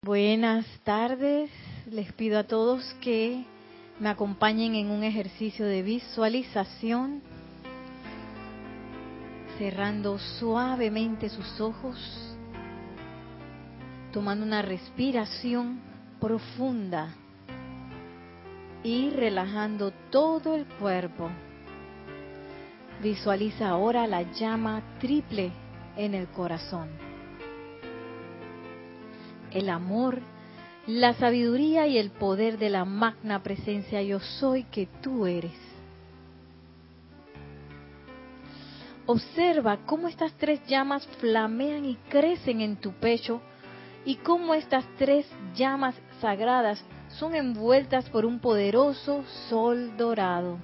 Buenas tardes, les pido a todos que me acompañen en un ejercicio de visualización, cerrando suavemente sus ojos, tomando una respiración profunda y relajando todo el cuerpo. Visualiza ahora la llama triple en el corazón. El amor, la sabiduría y el poder de la magna presencia yo soy que tú eres. Observa cómo estas tres llamas flamean y crecen en tu pecho y cómo estas tres llamas sagradas son envueltas por un poderoso sol dorado.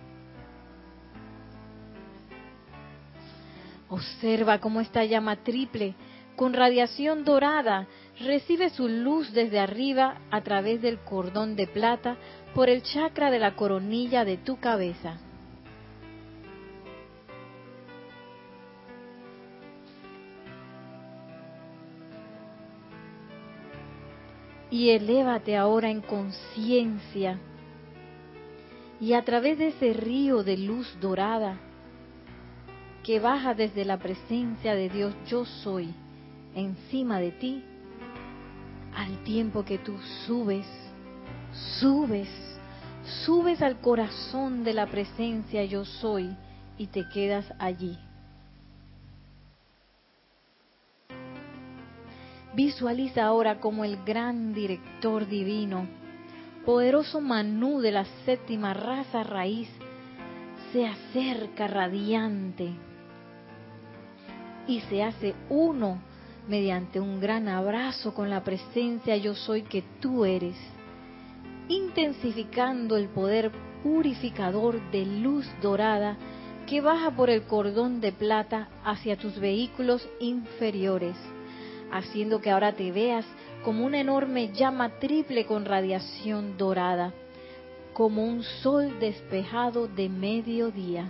Observa cómo esta llama triple, con radiación dorada, recibe su luz desde arriba a través del cordón de plata por el chakra de la coronilla de tu cabeza. Y elévate ahora en conciencia y a través de ese río de luz dorada que baja desde la presencia de Dios yo soy encima de ti, al tiempo que tú subes al corazón de la presencia yo soy y te quedas allí. Visualiza ahora como el gran director divino, poderoso Manú de la séptima raza raíz, se acerca radiante y se hace uno mediante un gran abrazo con la presencia yo soy que tú eres, intensificando el poder purificador de luz dorada que baja por el cordón de plata hacia tus vehículos inferiores, haciendo que ahora te veas como una enorme llama triple con radiación dorada, como un sol despejado de mediodía.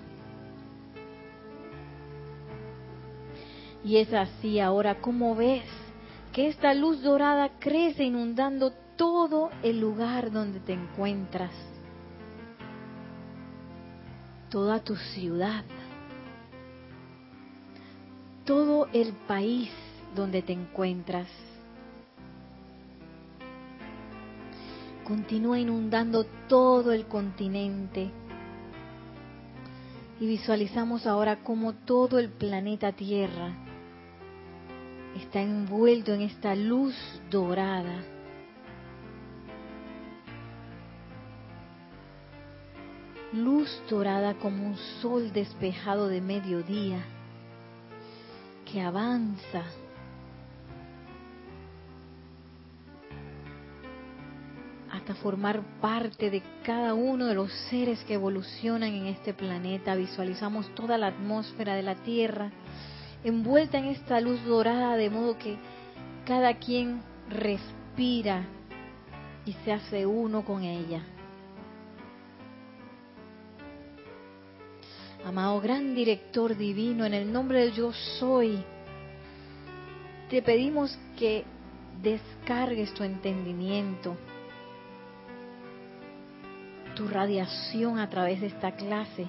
Y es así ahora como ves que esta luz dorada crece inundando todo el lugar donde te encuentras, toda tu ciudad, todo el país donde te encuentras. Continúa inundando todo el continente. Y visualizamos ahora cómo todo el planeta Tierra está envuelto en esta luz dorada. Luz dorada como un sol despejado de mediodía que avanza hasta formar parte de cada uno de los seres que evolucionan en este planeta. Visualizamos toda la atmósfera de la Tierra envuelta en esta luz dorada, de modo que cada quien respira y se hace uno con ella. Amado gran director divino, en el nombre del yo soy, te pedimos que descargues tu entendimiento, tu radiación a través de esta clase,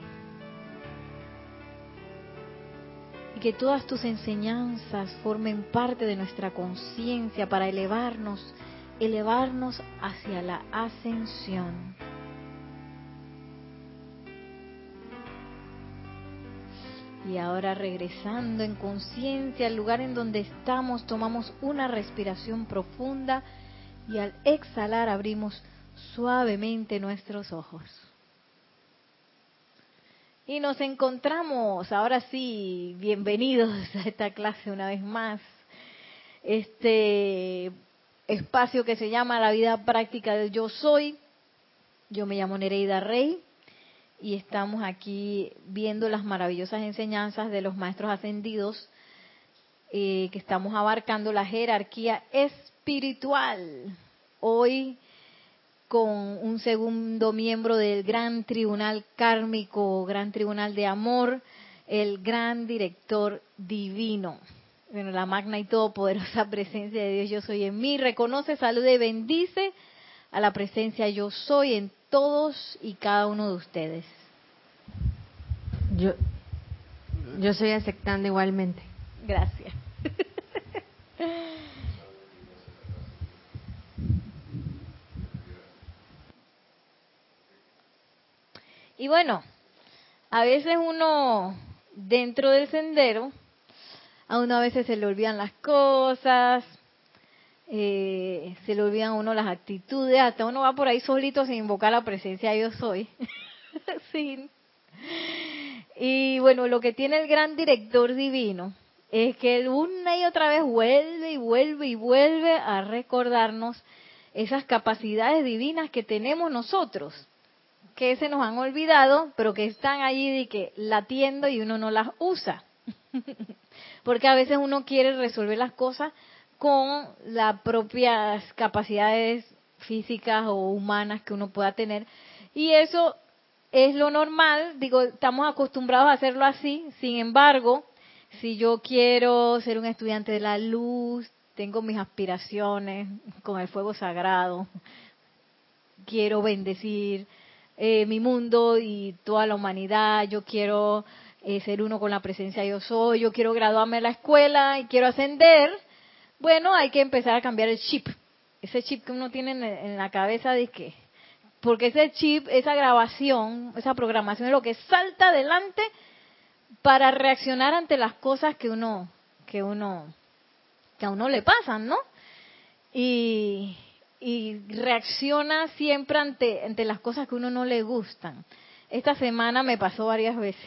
y que todas tus enseñanzas formen parte de nuestra conciencia para elevarnos hacia la ascensión. Y ahora, regresando en conciencia al lugar en donde estamos, tomamos una respiración profunda y al exhalar abrimos suavemente nuestros ojos. Y nos encontramos, ahora sí, bienvenidos a esta clase una vez más. Este espacio que se llama La Vida Práctica del Yo Soy. Yo me llamo Nereida Rey y estamos aquí viendo las maravillosas enseñanzas de los maestros ascendidos, que estamos abarcando la jerarquía espiritual. Hoy con un segundo miembro del Gran Tribunal Kármico, Gran Tribunal de Amor, el Gran Director Divino. bueno, la magna y todopoderosa presencia de Dios yo soy en mí, reconoce, saluda y bendice a la presencia yo soy en todos y cada uno de ustedes. Yo estoy aceptando igualmente. Gracias. Y bueno, a veces uno dentro del sendero, a uno a veces se le olvidan las cosas, se le olvidan a uno las actitudes, hasta uno va por ahí solito sin invocar la presencia yo soy. Sí. Y bueno, lo que tiene el gran director divino es que él una y otra vez vuelve y vuelve y vuelve a recordarnos esas capacidades divinas que tenemos nosotros, que se nos han olvidado, pero que están allí de que latiendo y uno no las usa. Porque a veces uno quiere resolver las cosas con las propias capacidades físicas o humanas que uno pueda tener. Y eso es lo normal, digo, estamos acostumbrados a hacerlo así. Sin embargo, si yo quiero ser un estudiante de la luz, tengo mis aspiraciones con el fuego sagrado, quiero bendecir mi mundo y toda la humanidad, yo quiero ser uno con la presencia yo soy, yo quiero graduarme en la escuela y quiero ascender, bueno, hay que empezar a cambiar el chip, ese chip que uno tiene en la cabeza de que, porque ese chip, esa grabación, esa programación es lo que salta adelante para reaccionar ante las cosas que a uno le pasan, ¿no? Y reacciona siempre ante las cosas que a uno no le gustan. Esta semana me pasó varias veces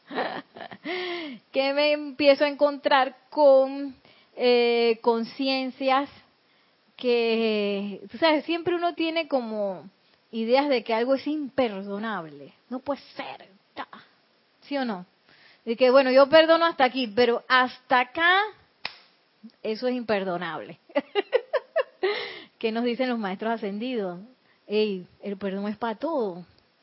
que me empiezo a encontrar con conciencias que, tú sabes, siempre uno tiene como ideas de que algo es imperdonable, no puede ser, ¿sí o no? De que, bueno, yo perdono hasta aquí, pero hasta acá, eso es imperdonable. ¿Qué nos dicen los maestros ascendidos? Ey, el perdón es para todo.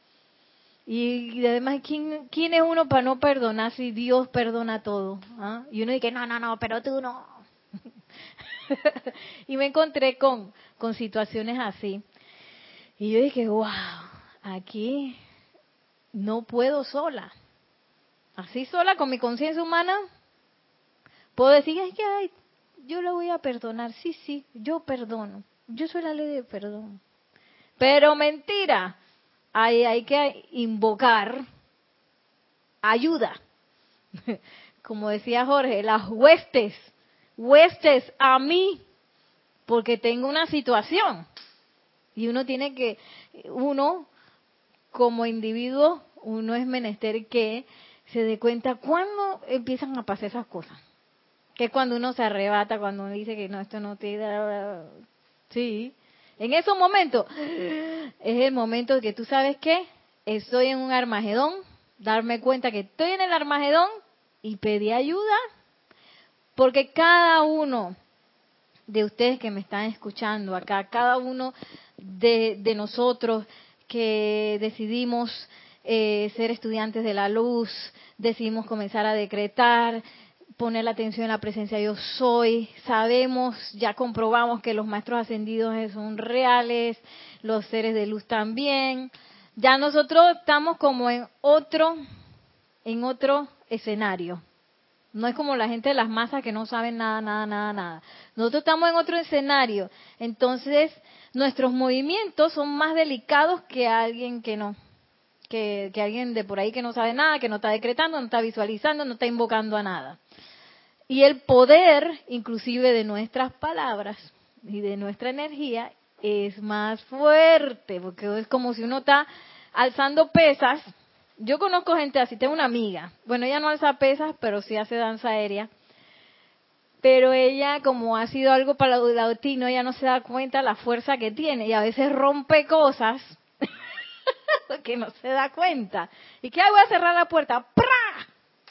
Y además, ¿quién es uno para no perdonar si Dios perdona todo? ¿Ah? Y uno dice, no, pero tú no. Y me encontré con situaciones así. Y yo dije, wow, aquí no puedo sola. Así sola, con mi conciencia humana, puedo decir, es que ay, yo la voy a perdonar. Sí, yo perdono. Yo soy la ley de perdón. Pero mentira, hay que invocar ayuda. Como decía Jorge, las huestes a mí, porque tengo una situación. Y uno como individuo, uno es menester que se dé cuenta cuándo empiezan a pasar esas cosas. Que cuando uno se arrebata, cuando uno dice que no, esto no te da... Sí, en esos momentos es el momento que tú sabes que estoy en un Armagedón, darme cuenta que estoy en el Armagedón y pedir ayuda, porque cada uno de ustedes que me están escuchando acá, cada uno de nosotros que decidimos ser estudiantes de la luz, decidimos comenzar a decretar, poner la atención en la presencia yo soy, sabemos, ya comprobamos que los maestros ascendidos son reales, los seres de luz también, ya nosotros estamos como en otro escenario. No es como la gente de las masas que no saben nada. Nosotros estamos en otro escenario. Entonces, nuestros movimientos son más delicados que alguien que no. Que alguien de por ahí que no sabe nada, que no está decretando, no está visualizando, no está invocando a nada. Y el poder, inclusive de nuestras palabras y de nuestra energía, es más fuerte. Porque es como si uno está alzando pesas. Yo conozco gente así, tengo una amiga, bueno, ella no alza pesas, pero sí hace danza aérea, pero ella, como ha sido algo paulatino, ella no se da cuenta la fuerza que tiene, y a veces rompe cosas que no se da cuenta. ¿Y qué hago? Voy a cerrar la puerta, ¡pra!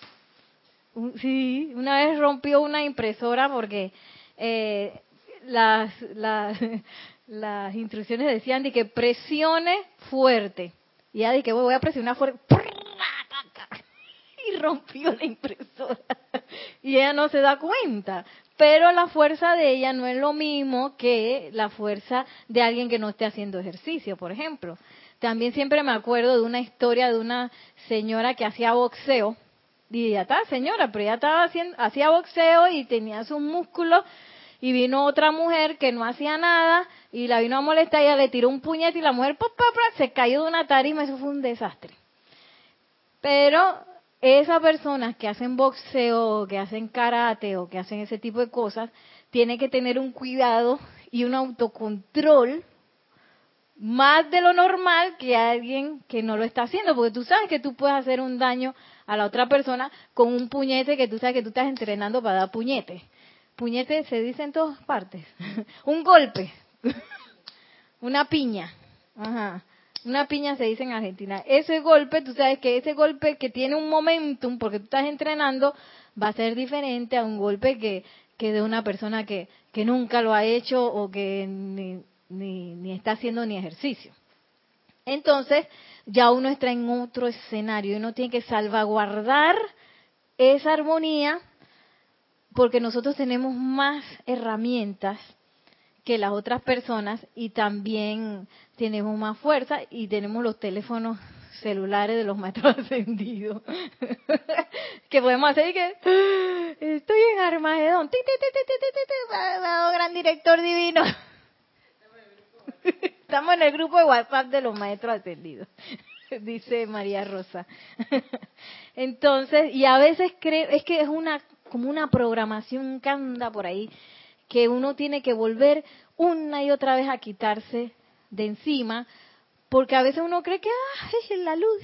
Sí, una vez rompió una impresora porque las instrucciones decían de que presione fuerte. Y ella dije, voy a presionar fuerte. Y rompió la impresora y ella no se da cuenta. Pero la fuerza de ella no es lo mismo que la fuerza de alguien que no esté haciendo ejercicio, por ejemplo. También siempre me acuerdo de una historia de una señora que hacía boxeo. Y ya está, señora, pero ella estaba hacía boxeo y tenía sus músculos. Y vino otra mujer que no hacía nada y la vino a molestar y ella le tiró un puñete y la mujer se cayó de una tarima. Eso fue un desastre. Pero esas personas que hacen boxeo, que hacen karate o que hacen ese tipo de cosas, tienen que tener un cuidado y un autocontrol más de lo normal que alguien que no lo está haciendo, porque tú sabes que tú puedes hacer un daño a la otra persona con un puñete que tú sabes que tú estás entrenando para dar puñete. Puñete se dice en todas partes. Un golpe. Una piña. Ajá. Una piña se dice en Argentina. Ese golpe, tú sabes que ese golpe que tiene un momentum, porque tú estás entrenando, va a ser diferente a un golpe que de una persona que nunca lo ha hecho o que ni está haciendo ni ejercicio. Entonces, ya uno está en otro escenario y uno tiene que salvaguardar esa armonía porque nosotros tenemos más herramientas que las otras personas y también tenemos más fuerza y tenemos los teléfonos celulares de los maestros ascendidos que podemos hacer y que estoy en Armagedón, gran director divino. Estamos en el grupo de WhatsApp de los maestros ascendidos, dice María Rosa. Entonces, y a veces creo, es que es como una programación que anda por ahí, que uno tiene que volver una y otra vez a quitarse de encima, porque a veces uno cree que es la luz.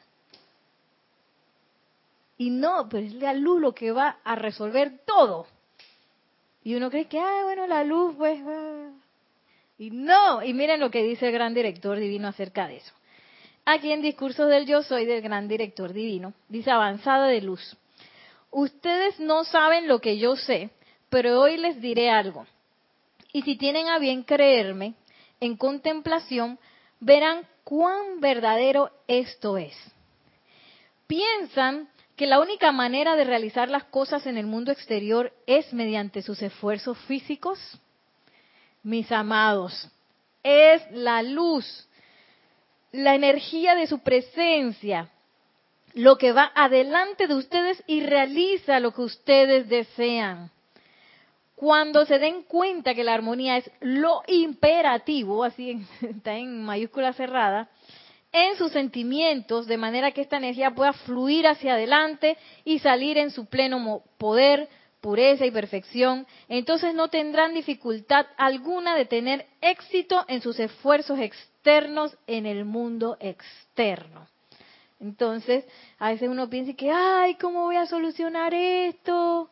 Y no, pero es la luz lo que va a resolver todo. Y uno cree que, bueno, la luz, pues... Y no, y miren lo que dice el gran director divino acerca de eso. Aquí en Discursos del Yo Soy del gran director divino, dice avanzada de luz. Ustedes no saben lo que yo sé, pero hoy les diré algo. Y si tienen a bien creerme, en contemplación, verán cuán verdadero esto es. Piensan que la única manera de realizar las cosas en el mundo exterior es mediante sus esfuerzos físicos. Mis amados, es la luz, la energía de su presencia, lo que va adelante de ustedes y realiza lo que ustedes desean. Cuando se den cuenta que la armonía es lo imperativo, así está en mayúscula cerrada, en sus sentimientos, de manera que esta energía pueda fluir hacia adelante y salir en su pleno poder, pureza y perfección, entonces no tendrán dificultad alguna de tener éxito en sus esfuerzos externos en el mundo externo. Entonces, a veces uno piensa que, ¿cómo voy a solucionar esto?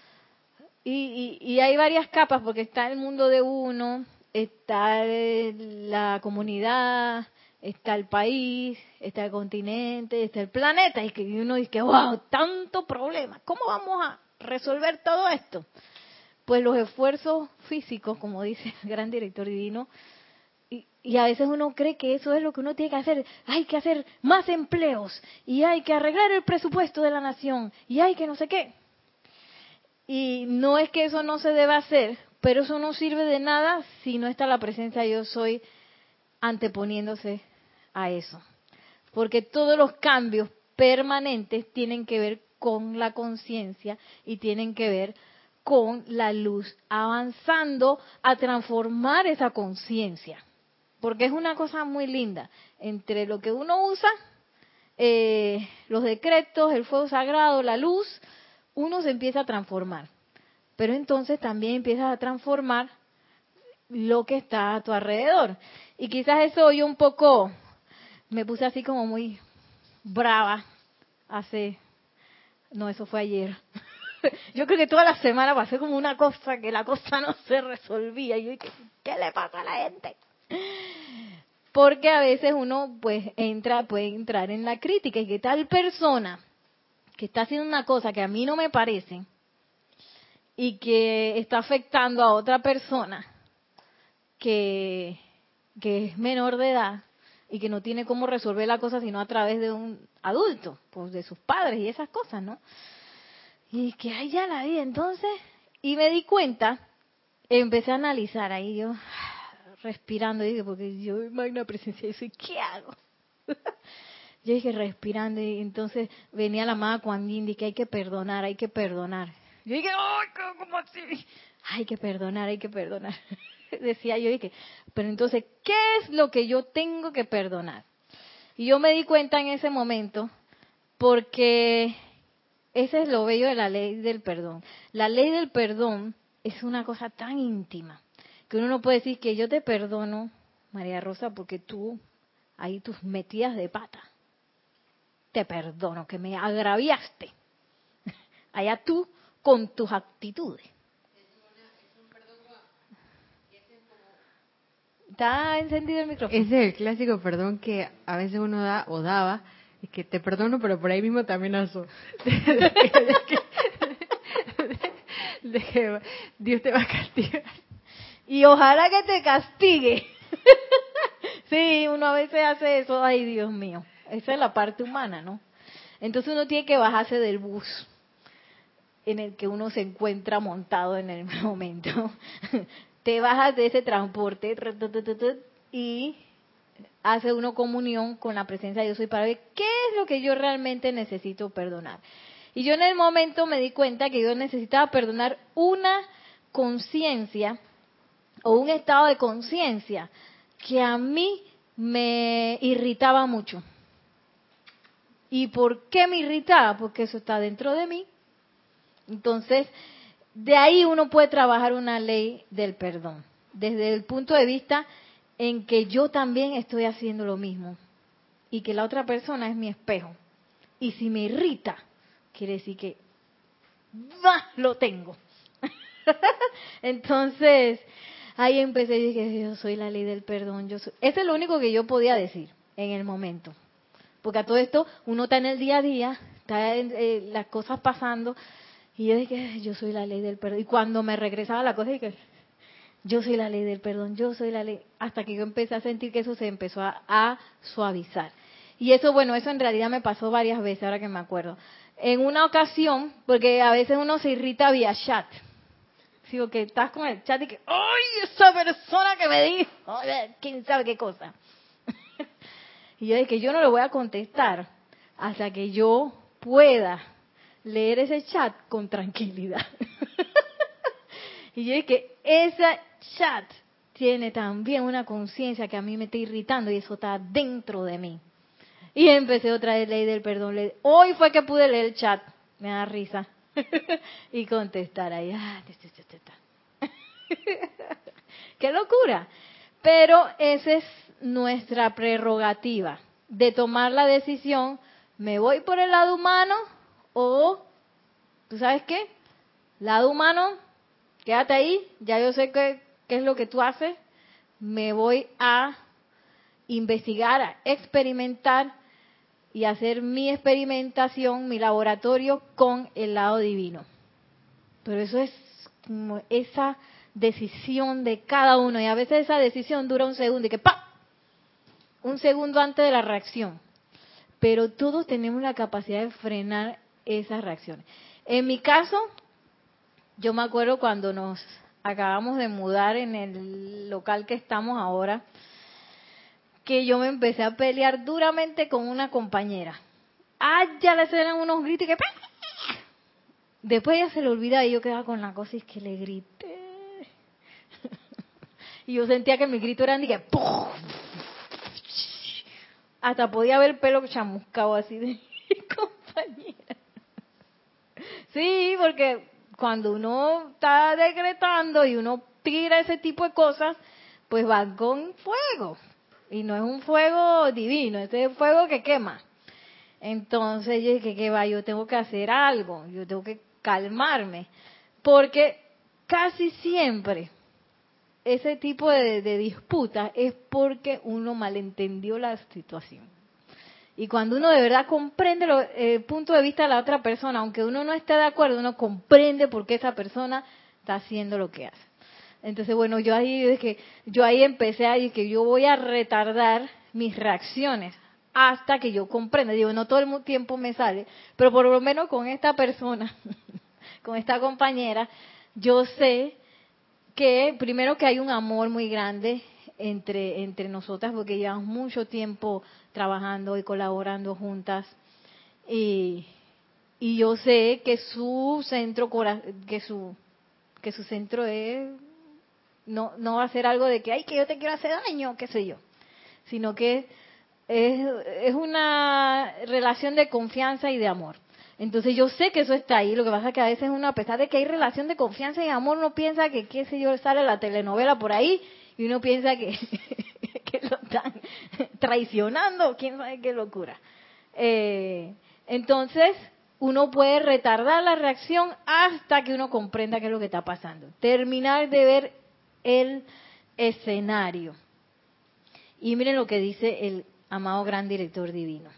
Y hay varias capas, porque está el mundo de uno, está la comunidad, está el país, está el continente, está el planeta, y que uno dice, wow, tanto problema, ¿cómo vamos a resolver todo esto? Pues los esfuerzos físicos, como dice el gran director divino, y a veces uno cree que eso es lo que uno tiene que hacer. Hay que hacer más empleos, y hay que arreglar el presupuesto de la nación, y hay que no sé qué. Y no es que eso no se deba hacer, pero eso no sirve de nada si no está la presencia de Yo Soy anteponiéndose a eso. Porque todos los cambios permanentes tienen que ver con la conciencia y tienen que ver con la luz avanzando a transformar esa conciencia. Porque es una cosa muy linda. Entre lo que uno usa, los decretos, el fuego sagrado, la luz, uno se empieza a transformar. Pero entonces también empiezas a transformar lo que está a tu alrededor. Y quizás eso yo un poco, me puse así como muy brava no, eso fue ayer. Yo creo que toda la semana pasé como una cosa, que la cosa no se resolvía. Y yo dije, ¿qué le pasa a la gente? Porque a veces uno puede entrar en la crítica y que tal persona que está haciendo una cosa que a mí no me parece y que está afectando a otra persona que es menor de edad, y que no tiene cómo resolver la cosa sino a través de un adulto, pues de sus padres y esas cosas, ¿no? Y que ahí ya la vi entonces, y me di cuenta, empecé a analizar ahí yo, respirando, dije, porque yo magna presencia, yo ¿qué hago? Yo dije respirando y entonces venía la amada Kuan Yin y que hay que perdonar, hay que perdonar. Yo dije, ¡ay, cómo así! Hay que perdonar, hay que perdonar. Decía yo, dije, pero entonces, ¿qué es lo que yo tengo que perdonar? Y yo me di cuenta en ese momento, porque ese es lo bello de la ley del perdón. La ley del perdón es una cosa tan íntima que uno no puede decir que yo te perdono, María Rosa, porque tú, ahí tus metidas de pata. Te perdono, que me agraviaste. Allá tú con tus actitudes. ¿Está encendido el micrófono? Ese es el clásico perdón que a veces uno da o daba, es que te perdono, pero por ahí mismo te amenazo. De que Dios te va a castigar. Y ojalá que te castigue. Sí, uno a veces hace eso, ay Dios mío. Esa es la parte humana, ¿no? Entonces uno tiene que bajarse del bus en el que uno se encuentra montado en el momento. Te bajas de ese transporte y hace uno comunión con la presencia de Dios y para ver qué es lo que yo realmente necesito perdonar. Y yo en el momento me di cuenta que yo necesitaba perdonar una conciencia o un estado de conciencia que a mí me irritaba mucho. ¿Y por qué me irritaba? Porque eso está dentro de mí. Entonces, de ahí uno puede trabajar una ley del perdón, desde el punto de vista en que yo también estoy haciendo lo mismo y que la otra persona es mi espejo. Y si me irrita, quiere decir que lo tengo. Entonces, ahí empecé y dije, yo soy la ley del perdón. Ese es lo único que yo podía decir en el momento. Porque a todo esto uno está en el día a día, está en, las cosas pasando, y yo dije, yo soy la ley del perdón. Y cuando me regresaba la cosa, dije, yo soy la ley del perdón, yo soy la ley. Hasta que yo empecé a sentir que eso se empezó a suavizar. Y eso, bueno, eso en realidad me pasó varias veces, ahora que me acuerdo. En una ocasión, porque a veces uno se irrita vía chat. Digo que estás con el chat y que, ¡ay, esa persona que me dijo! ¿Quién sabe qué cosa? Y yo dije que yo no le voy a contestar hasta que yo pueda leer ese chat con tranquilidad. Y yo dije que ese chat tiene también una conciencia que a mí me está irritando y eso está dentro de mí. Y empecé otra vez ley del perdón. Hoy fue que pude leer el chat. Me da risa. Y contestar ahí. ¡Qué locura! Pero esa es nuestra prerrogativa de tomar la decisión. ¿Me voy por el lado humano o, tú sabes qué? Lado humano, quédate ahí. Ya yo sé qué es lo que tú haces. Me voy a investigar, a experimentar y hacer mi experimentación, mi laboratorio con el lado divino. Pero eso es como esa decisión de cada uno. Y a veces esa decisión dura un segundo y que ¡pam! Un segundo antes de la reacción. Pero todos tenemos la capacidad de frenar esas reacciones. En mi caso, yo me acuerdo cuando nos acabamos de mudar en el local que estamos ahora, que yo me empecé a pelear duramente con una compañera. Ya le salían unos gritos y que... Después ya se le olvida y yo quedaba con la cosa y es que le grité. Y yo sentía que mi grito era de que... Hasta podía ver el pelo chamuscado así de mi compañera. Sí, porque cuando uno está decretando y uno tira ese tipo de cosas, pues van con fuego. Y no es un fuego divino, ese es fuego que quema. Entonces yo dije, ¿qué va? Yo tengo que hacer algo, yo tengo que calmarme. Porque casi siempre ese tipo de disputas es porque uno malentendió la situación. Y cuando uno de verdad comprende el punto de vista de la otra persona, aunque uno no esté de acuerdo, uno comprende por qué esa persona está haciendo lo que hace. Entonces, bueno, yo ahí empecé a decir que yo voy a retardar mis reacciones hasta que yo comprenda. Digo, no todo el tiempo me sale, pero por lo menos con esta persona, con esta compañera, yo sé que primero que hay un amor muy grande entre nosotras porque llevamos mucho tiempo trabajando y colaborando juntas y yo sé que su centro que su centro es no va a ser algo de que ay que yo te quiero hacer daño, qué sé yo, sino que es una relación de confianza y de amor. Entonces yo sé que eso está ahí, lo que pasa es que a veces uno, a pesar de que hay relación de confianza y amor, uno piensa que, qué sé yo, sale la telenovela por ahí y uno piensa que, que lo están traicionando, quién sabe qué locura. Entonces uno puede retardar la reacción hasta que uno comprenda qué es lo que está pasando. Terminar de ver el escenario. Y miren lo que dice el amado gran director divino.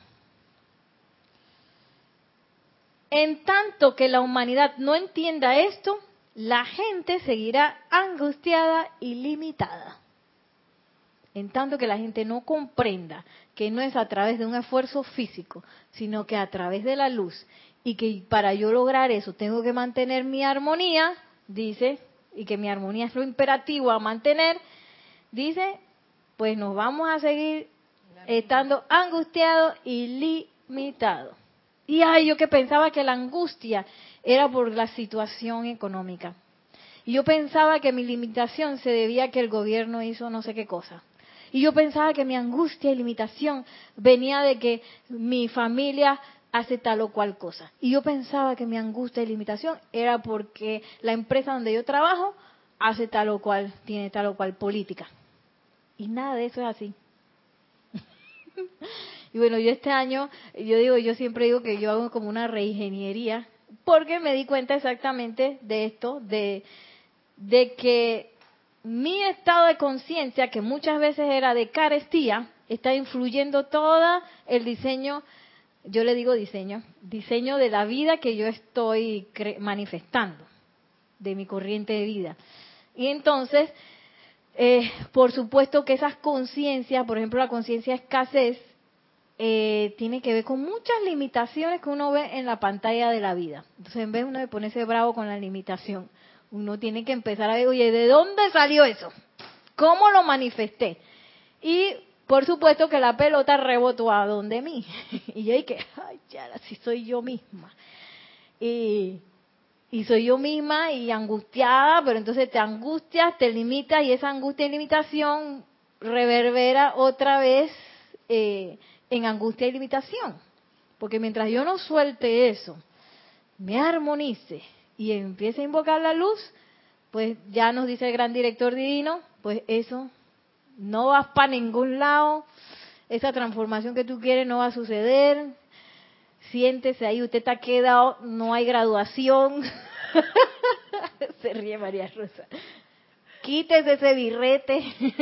En tanto que la humanidad no entienda esto, la gente seguirá angustiada y limitada. En tanto que la gente no comprenda que no es a través de un esfuerzo físico, sino que a través de la luz, y que para yo lograr eso tengo que mantener mi armonía, dice, y que mi armonía es lo imperativo a mantener, dice, pues nos vamos a seguir estando angustiados y limitados. Y ay, yo que pensaba que la angustia era por la situación económica. Y yo pensaba que mi limitación se debía a que el gobierno hizo no sé qué cosa. Y yo pensaba que mi angustia y limitación venía de que mi familia hace tal o cual cosa. Y yo pensaba que mi angustia y limitación era porque la empresa donde yo trabajo hace tal o cual, tiene tal o cual política. Y nada de eso es así. Y bueno, yo este año, yo siempre digo que yo hago como una reingeniería, porque me di cuenta exactamente de esto, de que mi estado de conciencia, que muchas veces era de carestía, está influyendo todo el diseño, yo le digo diseño de la vida que yo estoy manifestando, de mi corriente de vida. Y entonces, por supuesto que esas conciencias, por ejemplo la conciencia escasez, tiene que ver con muchas limitaciones que uno ve en la pantalla de la vida. Entonces, en vez de uno de ponerse bravo con la limitación, uno tiene que empezar a ver, oye, ¿de dónde salió eso? ¿Cómo lo manifesté? Y, por supuesto, que la pelota rebotó a donde mí. Y yo dije, ay, ya, si soy yo misma. Y soy yo misma y angustiada, pero entonces te angustias, te limitas y esa angustia y limitación reverbera otra vez en angustia y limitación. Porque mientras yo no suelte eso, me armonice y empiece a invocar la luz, pues ya nos dice el gran director divino, pues eso no vas para ningún lado, esa transformación que tú quieres no va a suceder, siéntese ahí, usted está quedado, no hay graduación. Se ríe María Rosa. Quítese ese birrete.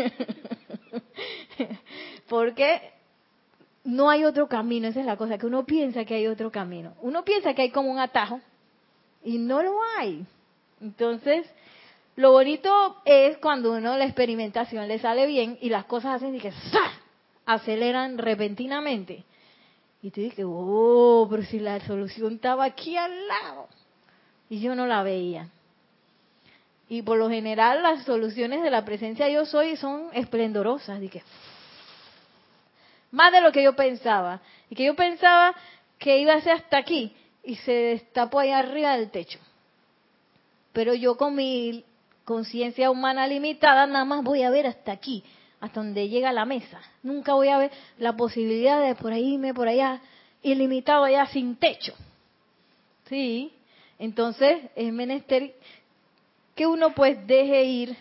Porque no hay otro camino, esa es la cosa, que uno piensa que hay otro camino. Uno piensa que hay como un atajo y no lo hay. Entonces, lo bonito es cuando uno la experimentación le sale bien y las cosas hacen y que ¡zas! Aceleran repentinamente. Y tú dices, oh, pero si la solución estaba aquí al lado. Y yo no la veía. Y por lo general las soluciones de la presencia yo soy son esplendorosas. Dije, más de lo que yo pensaba. Y que yo pensaba que iba a ser hasta aquí. Y se destapó ahí arriba del techo. Pero yo con mi conciencia humana limitada nada más voy a ver hasta aquí, hasta donde llega la mesa. Nunca voy a ver la posibilidad de por ahí irme por allá, ilimitado allá sin techo. Sí, entonces es menester que uno pues deje ir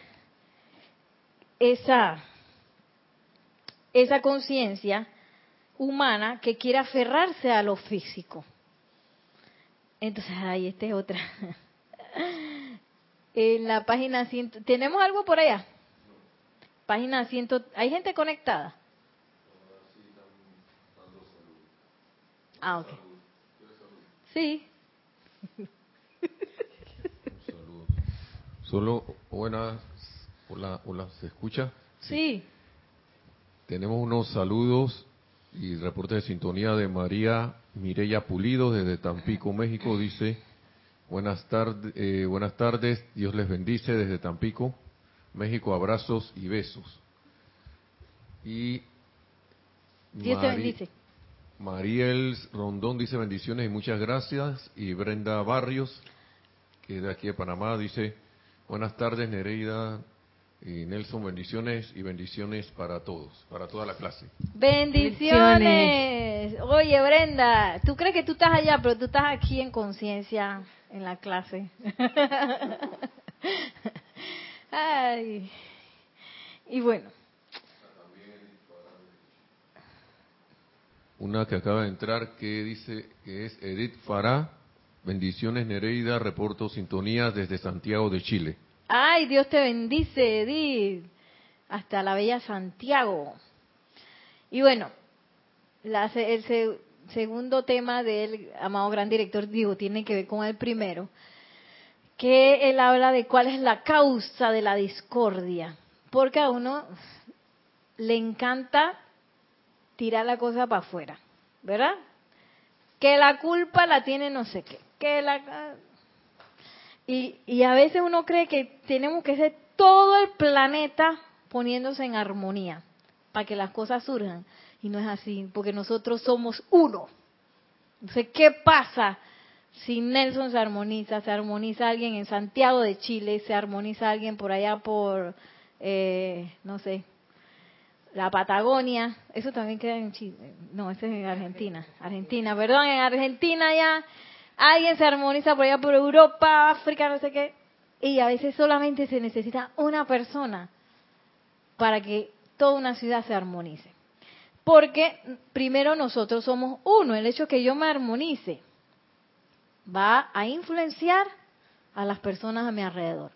esa conciencia humana que quiere aferrarse a lo físico. Entonces, ay, esta es otra. En la página 100, ¿tenemos algo por allá? Página 100, ¿hay gente conectada? Ah, ok. Sí. Saludos. Solo buenas, hola, ¿se escucha? Sí. Tenemos unos saludos y reportes de sintonía de María Mireya Pulido desde Tampico, México. Dice, buenas tardes, Dios les bendice desde Tampico, México, abrazos y besos. Y Dios te bendice. Mariel Rondón dice bendiciones y muchas gracias. Y Brenda Barrios, que es de aquí de Panamá, dice, buenas tardes Nereida y Nelson, bendiciones y bendiciones para todos, para toda la clase. Bendiciones. Oye, Brenda, tú crees que tú estás allá, pero tú estás aquí en conciencia, en la clase. Ay. Y bueno. Una que acaba de entrar que dice que es Edith Fará. Bendiciones Nereida, reporto sintonía desde Santiago de Chile. Ay, Dios te bendice, Edith. Hasta la bella Santiago. Y bueno, el segundo tema del amado gran director, digo, tiene que ver con el primero, que él habla de cuál es la causa de la discordia. Porque a uno le encanta tirar la cosa para afuera, ¿verdad? Que la culpa la tiene no sé qué, y a veces uno cree que tenemos que ser todo el planeta poniéndose en armonía para que las cosas surjan, y no es así, porque nosotros somos uno. Entonces, ¿qué pasa si Nelson se armoniza alguien en Santiago de Chile, se armoniza alguien por allá por, no sé, la Patagonia? Eso también queda en Chile. No, ese es en Argentina. Perdón, en Argentina ya alguien se armoniza por allá por Europa, África, no sé qué. Y a veces solamente se necesita una persona para que toda una ciudad se armonice. Porque primero nosotros somos uno. El hecho que yo me armonice va a influenciar a las personas a mi alrededor.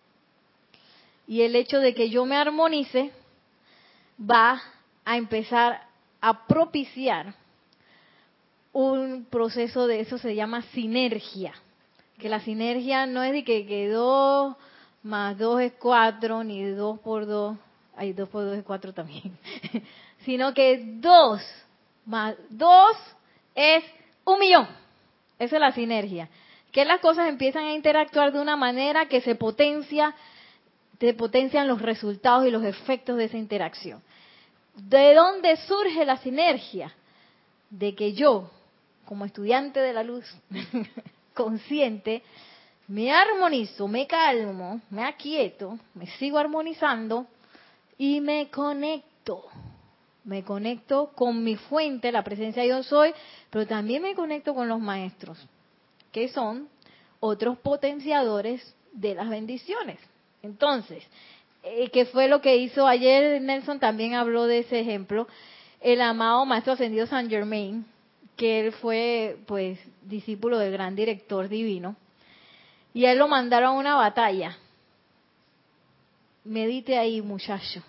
Y el hecho de que yo me armonice va a empezar a propiciar un proceso de eso, se llama sinergia. Que la sinergia no es de que 2 más 2 es 4, ni 2 por 2, hay 2 por 2 es 4 también, sino que 2 más 2 es 1.000.000. Esa es la sinergia. Que las cosas empiezan a interactuar de una manera que se potencian los resultados y los efectos de esa interacción. ¿De dónde surge la sinergia? De que yo, como estudiante de la luz consciente, me armonizo, me calmo, me aquieto, me sigo armonizando y me conecto. Me conecto con mi fuente, la presencia yo soy, pero también me conecto con los maestros, que son otros potenciadores de las bendiciones. Entonces, ¿qué fue lo que hizo ayer? Nelson también habló de ese ejemplo. El amado Maestro Ascendido Saint Germain, que él fue pues discípulo del gran director divino, y a él lo mandaron a una batalla. Medite ahí, muchacho.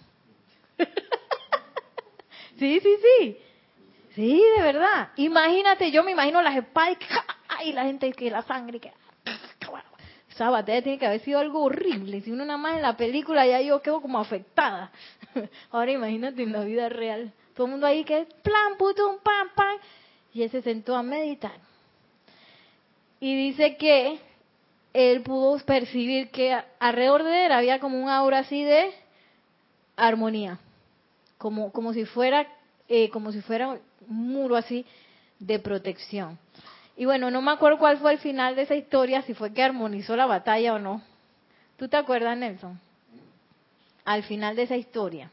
Sí. Sí, de verdad. Imagínate, yo me imagino las espadas y la gente que la sangre que esa batalla tiene que haber sido algo horrible. Si uno nada más en la película ya yo quedo como afectada. Ahora imagínate en la vida real. Todo el mundo ahí que plan, putum, pam, pam. Y él se sentó a meditar. Y dice que él pudo percibir que alrededor de él había como un aura así de armonía. Como si fuera un muro así de protección. Y bueno, no me acuerdo cuál fue el final de esa historia, si fue que armonizó la batalla o no. ¿Tú te acuerdas, Nelson? Al final de esa historia.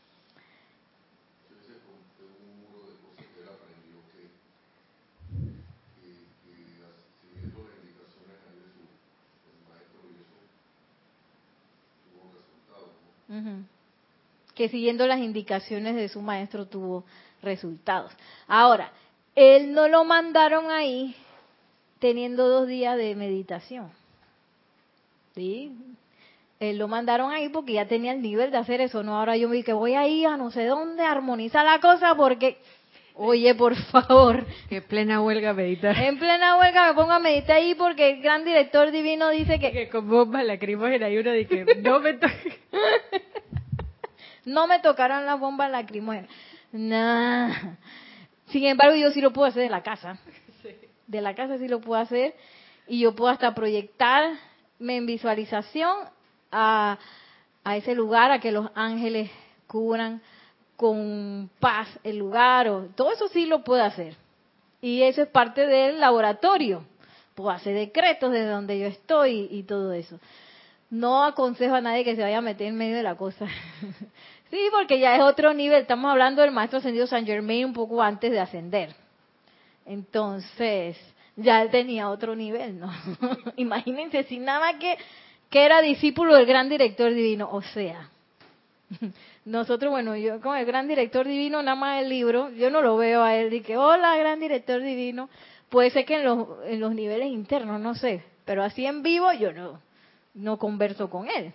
Uh-huh. Que siguiendo las indicaciones de su maestro tuvo resultados. Ahora, él no lo mandaron ahí teniendo 2 días de meditación. ¿Sí? Él lo mandaron ahí porque ya tenía el nivel de hacer eso. No, ahora yo me dije que voy ahí a no sé dónde armonizar la cosa porque, oye, por favor. Que plena huelga meditar. En plena huelga me pongo a meditar ahí porque el gran director divino dice que con bombas lacrimógenas y uno dice, no me toques. No me tocaron las bombas lacrimógenas. Nah. Sin embargo, yo sí lo puedo hacer de la casa. De la casa sí lo puedo hacer. Y yo puedo hasta proyectarme en visualización a ese lugar, a que los ángeles cubran con paz el lugar. Todo eso sí lo puedo hacer. Y eso es parte del laboratorio. Puedo hacer decretos desde donde yo estoy y todo eso. No aconsejo a nadie que se vaya a meter en medio de la cosa. Sí, porque ya es otro nivel. Estamos hablando del maestro ascendido Saint Germain un poco antes de ascender. Entonces, ya él tenía otro nivel, ¿no? Imagínense, si nada más que era discípulo del gran director divino. O sea, nosotros, bueno, yo con el gran director divino, nada más el libro, yo no lo veo a él de que, hola, gran director divino. Puede ser que en los niveles internos, no sé, pero así en vivo yo no converso con él.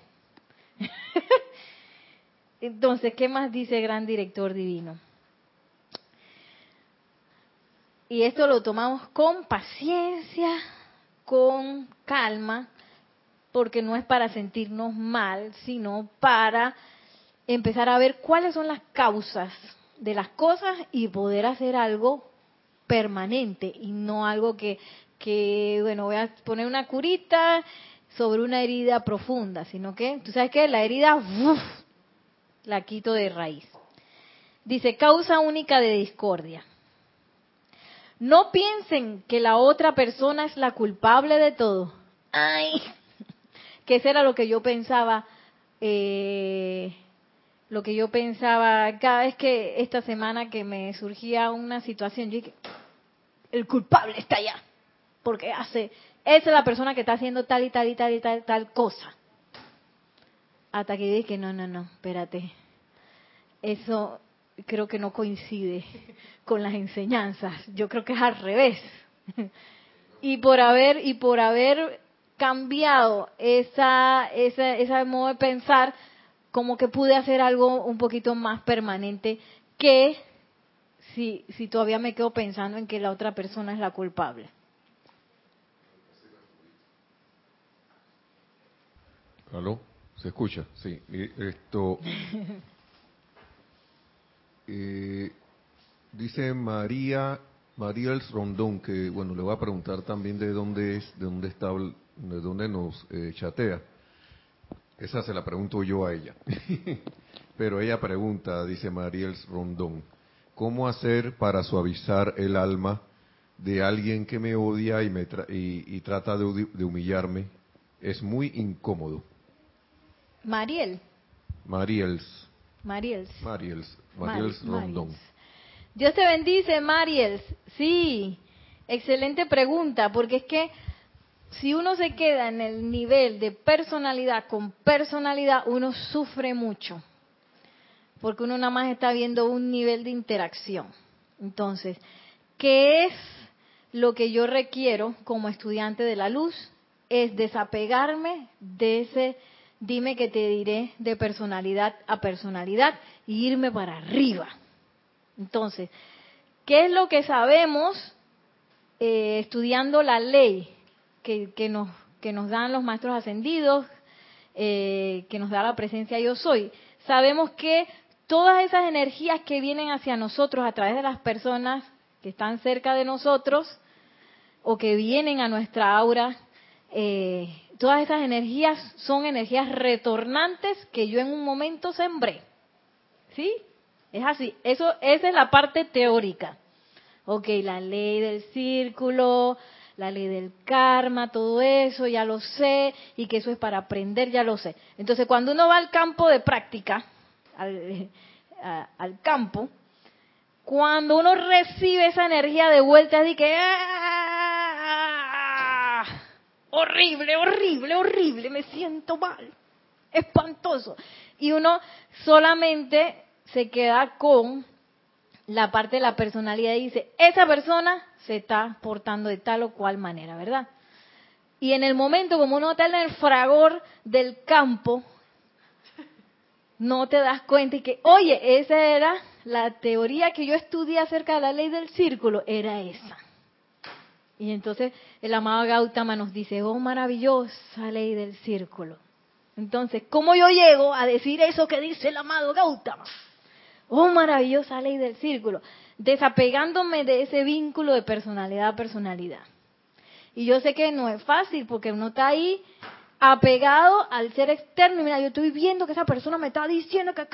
Entonces, ¿qué más dice el gran director divino? Y esto lo tomamos con paciencia, con calma, porque no es para sentirnos mal, sino para empezar a ver cuáles son las causas de las cosas y poder hacer algo permanente y no algo que bueno, voy a poner una curita sobre una herida profunda, sino que, tú sabes que la herida, ¡uf!, la quito de raíz. Dice, causa única de discordia. No piensen que la otra persona es la culpable de todo. Ay, que eso era lo que yo pensaba, cada vez que esta semana que me surgía una situación, yo dije, el culpable está allá, porque esa es la persona que está haciendo tal y tal y tal y tal cosa. Hasta que dije, no, espérate, eso creo que no coincide con las enseñanzas. Yo creo que es al revés. Y por haber cambiado ese modo de pensar, como que pude hacer algo un poquito más permanente que si todavía me quedo pensando en que la otra persona es la culpable. ¿Aló? ¿Se escucha? Sí. Esto dice María Rondón, que bueno, le voy a preguntar también de dónde nos chatea. Esa se la pregunto yo a ella. Pero ella pregunta, dice María Rondón, ¿cómo hacer para suavizar el alma de alguien que me odia y trata de humillarme? Es muy incómodo. Mariels Rondón. Dios te bendice, Mariels. Sí, excelente pregunta, porque es que si uno se queda en el nivel de personalidad con personalidad, uno sufre mucho, porque uno nada más está viendo un nivel de interacción. Entonces, ¿qué es lo que yo requiero como estudiante de la luz? Es desapegarme de ese dime que te diré de personalidad a personalidad y irme para arriba. Entonces, ¿qué es lo que sabemos estudiando la ley que nos dan los maestros ascendidos, que nos da la presencia yo soy? Sabemos que todas esas energías que vienen hacia nosotros a través de las personas que están cerca de nosotros o que vienen a nuestra aura, todas esas energías son energías retornantes que yo en un momento sembré. ¿Sí? Es así. Esa es la parte teórica. Ok, la ley del círculo, la ley del karma, todo eso ya lo sé, y que eso es para aprender, ya lo sé. Entonces, cuando uno va al campo de práctica, al campo, cuando uno recibe esa energía de vuelta, es de que horrible, horrible, horrible, me siento mal, espantoso. Y uno solamente se queda con la parte de la personalidad y dice, esa persona se está portando de tal o cual manera, ¿verdad? Y en el momento, como uno está en el fragor del campo, no te das cuenta y que, oye, esa era la teoría que yo estudié acerca de la ley del círculo, era esa. Y entonces el amado Gautama nos dice, oh, maravillosa ley del círculo. Entonces, ¿cómo yo llego a decir eso que dice el amado Gautama? Oh, maravillosa ley del círculo. Desapegándome de ese vínculo de personalidad a personalidad. Y yo sé que no es fácil porque uno está ahí apegado al ser externo. Y mira, yo estoy viendo que esa persona me está diciendo que...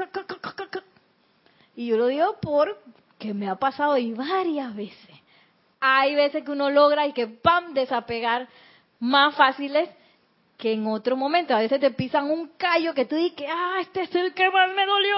Y yo lo digo porque me ha pasado y varias veces. Hay veces que uno logra y que ¡pam! Desapegar más fáciles que en otro momento. A veces te pisan un callo que tú dices, este es el que más me dolió.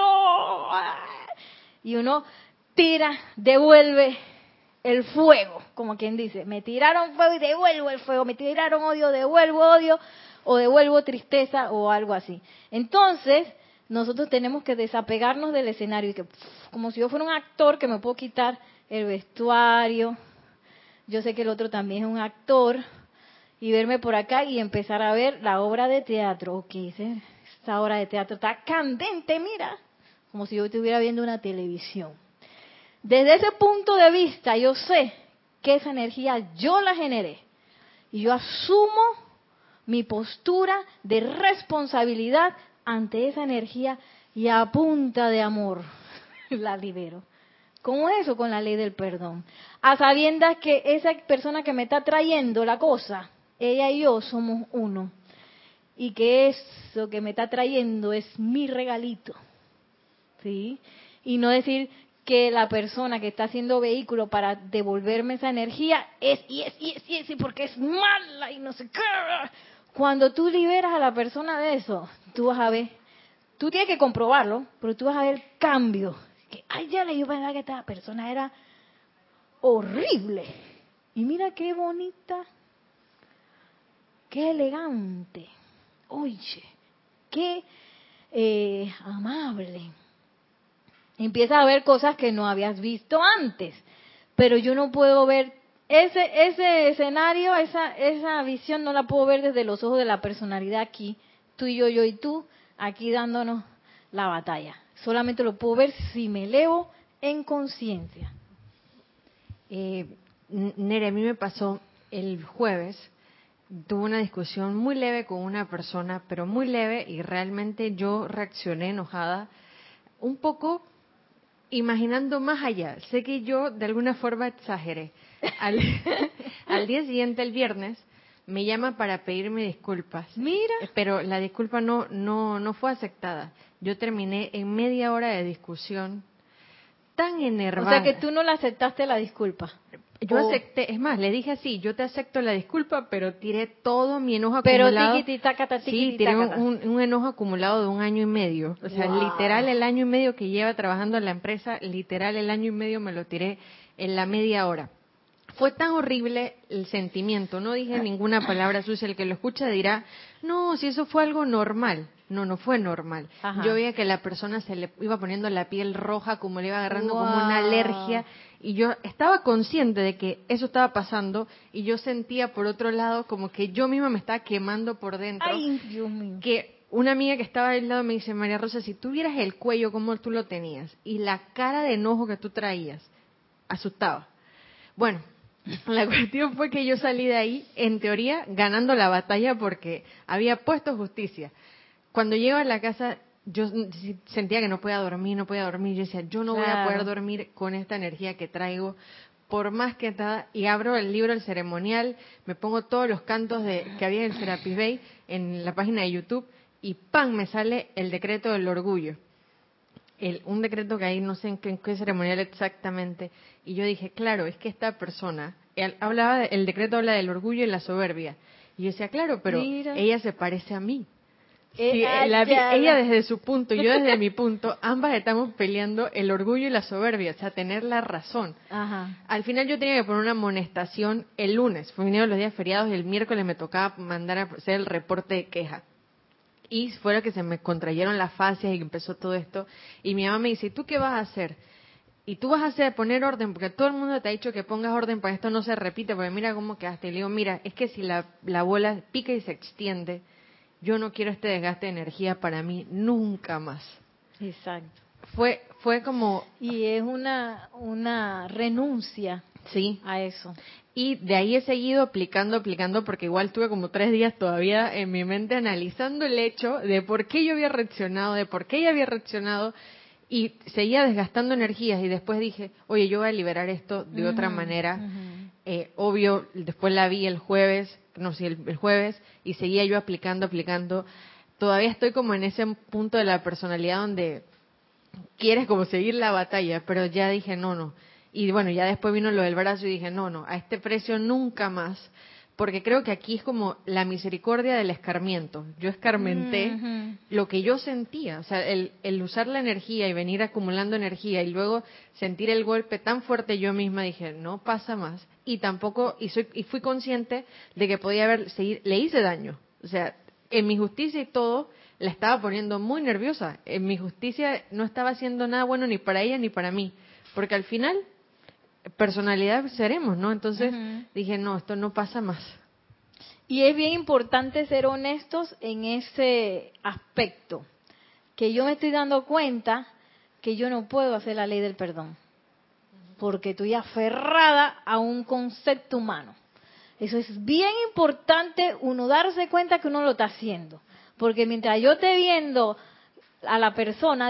Y uno tira, devuelve el fuego, como quien dice. Me tiraron fuego y devuelvo el fuego. Me tiraron odio, devuelvo odio. O devuelvo tristeza o algo así. Entonces, nosotros tenemos que desapegarnos del escenario. Y que, como si yo fuera un actor que me puedo quitar el vestuario. Yo sé que el otro también es un actor. Y verme por acá y empezar a ver la obra de teatro. Ok, esta obra de teatro está candente, mira. Como si yo estuviera viendo una televisión. Desde ese punto de vista, yo sé que esa energía yo la generé. Y yo asumo mi postura de responsabilidad ante esa energía y a punta de amor la libero. ¿Cómo es eso? Con la ley del perdón. A sabiendas que esa persona que me está trayendo la cosa, ella y yo somos uno. Y que eso que me está trayendo es mi regalito. ¿Sí? Y no decir que la persona que está haciendo vehículo para devolverme esa energía es porque es mala y no sé qué. Cuando tú liberas a la persona de eso, tú vas a ver, tú tienes que comprobarlo, pero tú vas a ver cambio. Que, ya le iba a pensar que esta persona era horrible. Y mira qué bonita, qué elegante, oye, qué amable. Empiezas a ver cosas que no habías visto antes, pero yo no puedo ver ese escenario, esa visión no la puedo ver desde los ojos de la personalidad aquí, tú y yo y tú, aquí dándonos la batalla. Solamente lo puedo ver si me elevo en conciencia. Nere, a mí me pasó el jueves, tuve una discusión muy leve con una persona, pero muy leve, y realmente yo reaccioné enojada, un poco imaginando más allá. Sé que yo de alguna forma exageré. Al día siguiente, el viernes, me llama para pedirme disculpas. Mira. Pero la disculpa no fue aceptada. Yo terminé en media hora de discusión tan enervada. O sea que tú no le aceptaste la disculpa. Yo acepté, es más, le dije así, yo te acepto la disculpa, pero tiré todo mi enojo acumulado. Pero tiquitacata, sí, tiré un enojo acumulado de 1 año y medio. O sea, literal el año y medio que lleva trabajando en la empresa, literal el año y medio me lo tiré en la media hora. Fue tan horrible el sentimiento, no dije ninguna palabra sucia. El que lo escucha dirá, no, si eso fue algo normal. No fue normal. Ajá. Yo veía que la persona se le iba poniendo la piel roja, como le iba agarrando como una alergia, y yo estaba consciente de que eso estaba pasando, y yo sentía por otro lado como que yo misma me estaba quemando por dentro. Ay, Dios mío. Que una amiga que estaba al lado me dice, María Rosa, si tú vieras el cuello como tú lo tenías y la cara de enojo que tú traías, asustaba. Bueno, la cuestión fue que yo salí de ahí, en teoría, ganando la batalla porque había puesto justicia. Cuando llego a la casa, yo sentía que no podía dormir. Yo decía, yo no voy a poder dormir con esta energía que traigo, por más que nada. Y abro el libro, el ceremonial, me pongo todos los cantos que había en el Serapis Bay, en la página de YouTube, y ¡pam! Me sale el decreto del orgullo. Un decreto que ahí no sé en qué ceremonial exactamente. Y yo dije, claro, es que esta persona, el decreto habla del orgullo y la soberbia. Y yo decía, claro, pero ella se parece a mí. Sí, ella desde su punto y yo desde mi punto, ambas estamos peleando el orgullo y la soberbia, o sea, tener la razón. Ajá. Al final yo tenía que poner una amonestación el lunes, fue vinieron los días feriados y el miércoles me tocaba mandar a hacer el reporte de queja. Y fue que se me contrayeron las fascias y empezó todo esto. Y mi mamá me dice, ¿y tú qué vas a hacer? Y tú vas a hacer poner orden, porque todo el mundo te ha dicho que pongas orden para esto no se repite, porque mira cómo quedaste. Y le digo, mira, es que si la bola pica y se extiende, yo no quiero este desgaste de energía para mí nunca más. Exacto. Fue como... Y es una renuncia sí. a eso. Y de ahí he seguido aplicando, porque igual tuve como 3 días todavía en mi mente analizando el hecho de por qué yo había reaccionado, de por qué ella había reaccionado, y seguía desgastando energías. Y después dije, oye, yo voy a liberar esto de otra manera. Obvio, después la vi el jueves, el jueves, y seguía yo aplicando. Todavía estoy como en ese punto de la personalidad donde quieres como seguir la batalla, pero ya dije, no. Y bueno, ya después vino lo del brazo y dije, no, a este precio nunca más, porque creo que aquí es como la misericordia del escarmiento. Yo escarmenté lo que yo sentía, o sea, el usar la energía y venir acumulando energía y luego sentir el golpe tan fuerte, yo misma dije, no pasa más. Y tampoco, y fui consciente de que podía le hice daño. O sea, en mi justicia y todo, la estaba poniendo muy nerviosa. En mi justicia no estaba haciendo nada bueno ni para ella ni para mí, porque al final personalidad seremos, ¿no? Entonces dije, no, esto no pasa más. Y es bien importante ser honestos en ese aspecto, que yo me estoy dando cuenta que yo no puedo hacer la ley del perdón, porque estoy aferrada a un concepto humano. Eso es bien importante, uno darse cuenta que uno lo está haciendo, porque mientras yo esté viendo a la persona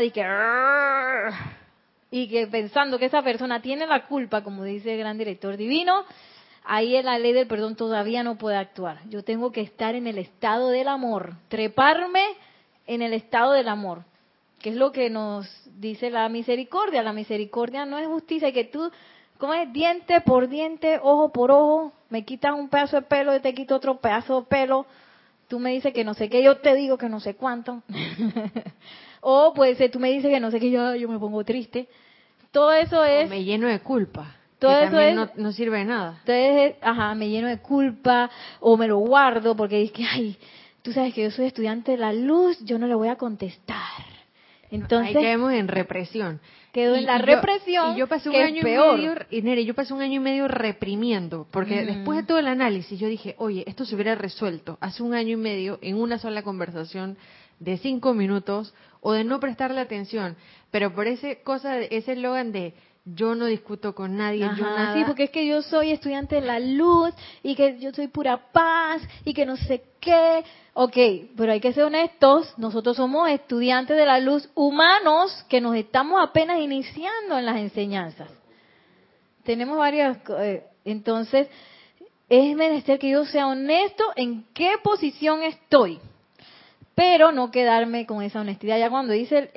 y que pensando que esa persona tiene la culpa, como dice el gran director divino, ahí en la ley del perdón todavía no puede actuar. Yo tengo que estar en el estado del amor, treparme en el estado del amor, que es lo que nos dice la misericordia. La misericordia no es justicia, y que tú, ¿cómo es? Diente por diente, ojo por ojo, me quitas un pedazo de pelo, yo te quito otro pedazo de pelo, tú me dices que no sé qué, yo te digo que no sé cuánto. O pues tú me dices que no sé qué, yo me pongo triste. Todo eso es... O me lleno de culpa. Todo que eso también es... no sirve de nada. Entonces, me lleno de culpa o me lo guardo porque dice que, ay, tú sabes que yo soy estudiante de la luz, yo no le voy a contestar. Entonces... Ahí caemos en represión. Quedo en la represión, yo pasé un que año es peor. y medio, y Nere, yo pasé un año y medio reprimiendo, porque después de todo el análisis yo dije, oye, esto se hubiera resuelto hace un año y medio en una sola conversación de 5 minutos o de no prestarle atención, pero por ese eslogan de yo no discuto con nadie, yo nada. Sí, porque es que yo soy estudiante de la luz y que yo soy pura paz y que no sé qué. Ok, pero hay que ser honestos, nosotros somos estudiantes de la luz humanos que nos estamos apenas iniciando en las enseñanzas. Tenemos varias... entonces, es menester que yo sea honesto en qué posición estoy, pero no quedarme con esa honestidad. Ya cuando hice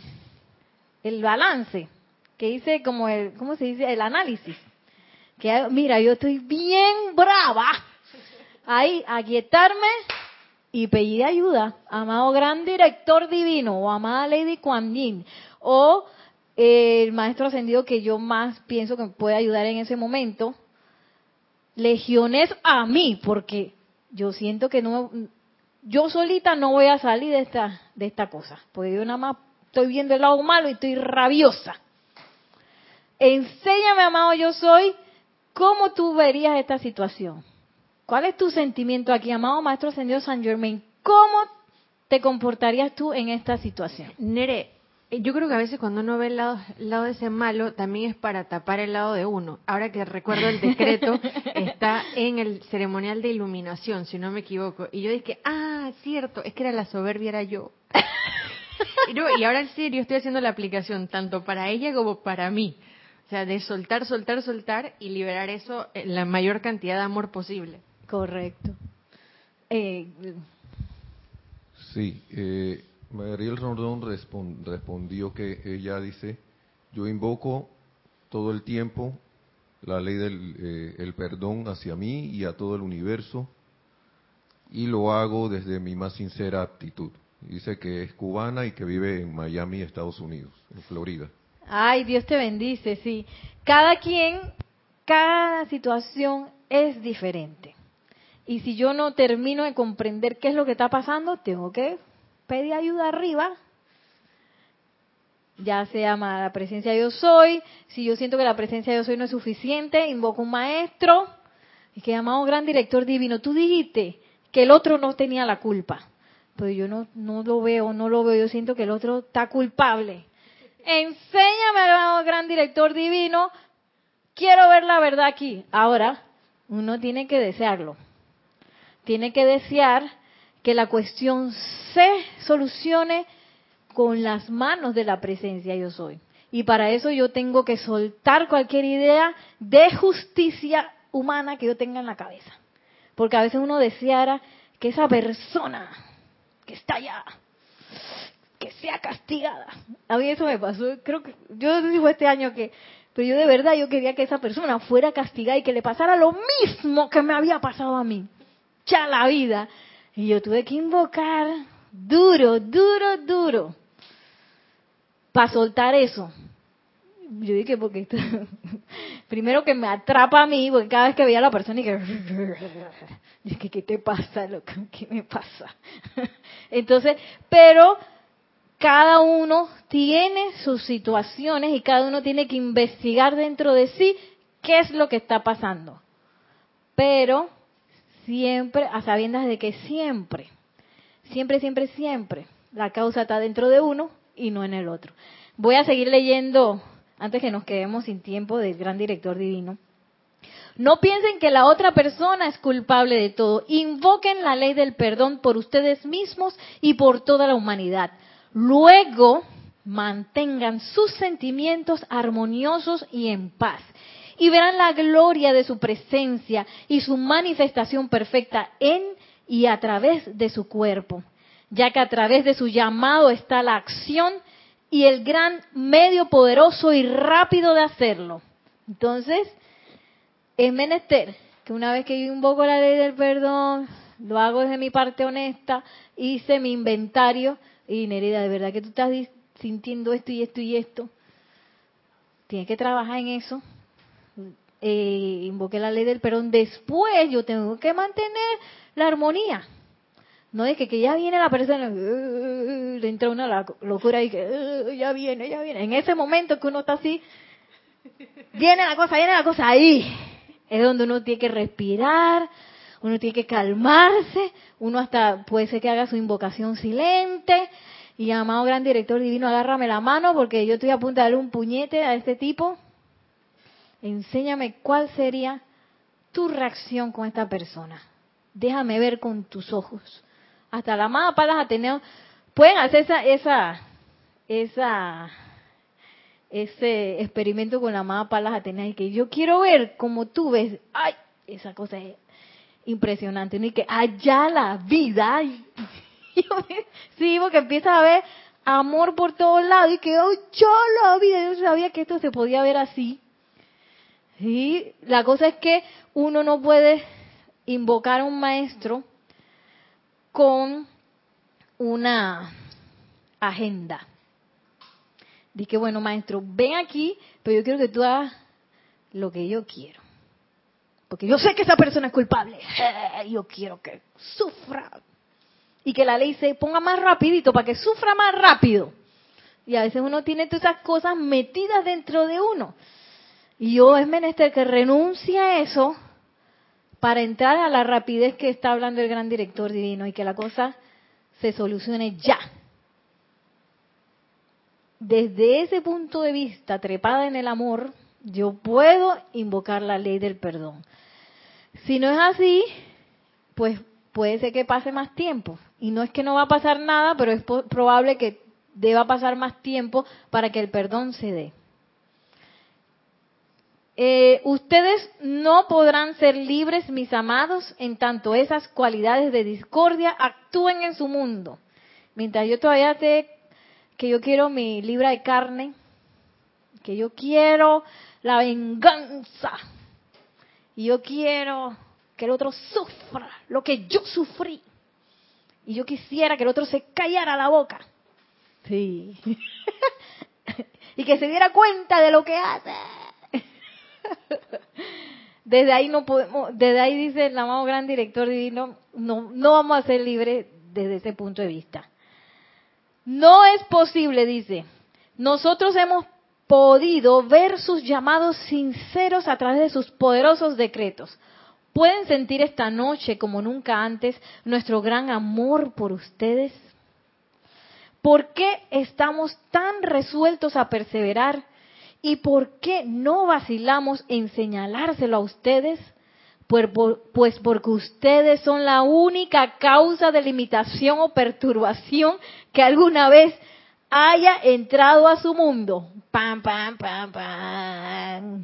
el balance, que hice como ¿cómo se dice? El análisis. Que mira, yo estoy bien brava. Ahí, aquietarme y pedir ayuda. Amado gran director divino, o amada Lady Kuan Yin, o el maestro ascendido que yo más pienso que me puede ayudar en ese momento. Legiones a mí, porque yo siento que yo solita no voy a salir de esta cosa, porque yo nada más estoy viendo el lado malo y estoy rabiosa. Enséñame, amado yo soy, cómo tú verías esta situación. ¿Cuál es tu sentimiento aquí, amado Maestro Ascendido Saint Germain? ¿Cómo te comportarías tú en esta situación? Nere, yo creo que a veces cuando uno ve el lado de ese malo, también es para tapar el lado de uno. Ahora que recuerdo el decreto, está en el ceremonial de iluminación, si no me equivoco. Y yo dije, cierto, es que era la soberbia, era yo. Y ahora en serio estoy haciendo la aplicación, tanto para ella como para mí. O sea, de soltar y liberar eso en la mayor cantidad de amor posible. Correcto. Sí, Mariel Rondón respondió que ella dice, yo invoco todo el tiempo la ley del el perdón hacia mí y a todo el universo, y lo hago desde mi más sincera actitud. Dice que es cubana y que vive en Miami, Estados Unidos, en Florida. Ay, Dios te bendice, sí. Cada situación es diferente. Y si yo no termino de comprender qué es lo que está pasando, tengo que pedir ayuda arriba. Ya se llama la presencia yo soy. Si yo siento que la presencia yo soy no es suficiente, invoco un maestro. Y que llamado gran director divino. Tú dijiste que el otro no tenía la culpa. Pero yo no lo veo, yo siento que el otro está culpable. Enséñame, gran director divino, quiero ver la verdad aquí. Ahora, Uno tiene que desearlo. Tiene que desear que la cuestión se solucione con las manos de la presencia yo soy. Y para eso yo tengo que soltar cualquier idea de justicia humana que yo tenga en la cabeza. Porque a veces uno deseara que esa persona que está allá, que sea castigada. A mí eso me pasó, creo que, yo digo este año que, pero yo de verdad yo quería que esa persona fuera castigada y que le pasara lo mismo que me había pasado a mí. Ya la vida. Y yo tuve que invocar duro, duro, duro para soltar eso. Yo dije, porque esto, primero que me atrapa a mí, porque cada vez que veía a la persona y que, dije, ¿qué te pasa, loca? ¿Qué me pasa? Entonces, pero cada uno tiene sus situaciones y cada uno tiene que investigar dentro de sí qué es lo que está pasando. Pero siempre, a sabiendas de que siempre, la causa está dentro de uno y no en el otro. Voy a seguir leyendo, antes que nos quedemos sin tiempo, del gran director divino. No piensen que la otra persona es culpable de todo. Invoquen la ley del perdón por ustedes mismos y por toda la humanidad. Luego, mantengan sus sentimientos armoniosos y en paz. Y verán la gloria de su presencia y su manifestación perfecta en y a través de su cuerpo, ya que a través de su llamado está la acción y el gran medio poderoso y rápido de hacerlo. Entonces, es menester que una vez que yo invoco la ley del perdón, lo hago desde mi parte honesta, hice mi inventario, y Nereida, de verdad que tú estás sintiendo esto y esto y esto, tienes que trabajar en eso. Invoqué la ley del perdón, después yo tengo que mantener la armonía. No es que ya viene la persona, le entra una locura y que ya viene. En ese momento que uno está así, viene la cosa, ahí es donde uno tiene que respirar, uno tiene que calmarse, uno hasta puede ser que haga su invocación silente. Y amado gran director divino, agárrame la mano porque yo estoy a punto de darle un puñete a este tipo. Enséñame cuál sería tu reacción con esta persona. Déjame ver con tus ojos. Hasta la amada Palas Ateneo pueden hacer ese experimento con la amada Palas Ateneo y que yo quiero ver como tú ves. Ay, esa cosa es impresionante. ¿No? Y que allá la vida. Sí, porque empieza a ver amor por todos lados y que ya la vida. Yo sabía que esto se podía ver así. Sí, la cosa es que uno no puede invocar a un maestro con una agenda. Dije, bueno, maestro, ven aquí, pero yo quiero que tú hagas lo que yo quiero. Porque yo sé que esa persona es culpable. Yo quiero que sufra. Y que la ley se ponga más rapidito para que sufra más rápido. Y a veces uno tiene todas esas cosas metidas dentro de uno. Y yo es menester que renuncie a eso para entrar a la rapidez que está hablando el gran director divino y que la cosa se solucione ya. Desde ese punto de vista, trepada en el amor, yo puedo invocar la ley del perdón. Si no es así, pues puede ser que pase más tiempo. Y no es que no va a pasar nada, pero es probable que deba pasar más tiempo para que el perdón se dé. Ustedes no podrán ser libres, mis amados, en tanto esas cualidades de discordia actúen en su mundo. Mientras yo todavía sé que yo quiero mi libra de carne, que yo quiero la venganza, y yo quiero que el otro sufra lo que yo sufrí, y yo quisiera que el otro se callara la boca. Sí. Y que se diera cuenta de lo que hace. Desde ahí no podemos, desde ahí dice el amado gran director divino, no vamos a ser libres desde ese punto de vista. No es posible, dice. Nosotros hemos podido ver sus llamados sinceros a través de sus poderosos decretos. ¿Pueden sentir esta noche, como nunca antes, nuestro gran amor por ustedes? ¿Por qué estamos tan resueltos a perseverar? ¿Y por qué no vacilamos en señalárselo a ustedes? Pues porque ustedes son la única causa de limitación o perturbación que alguna vez haya entrado a su mundo. Pam, pam, pam, pam.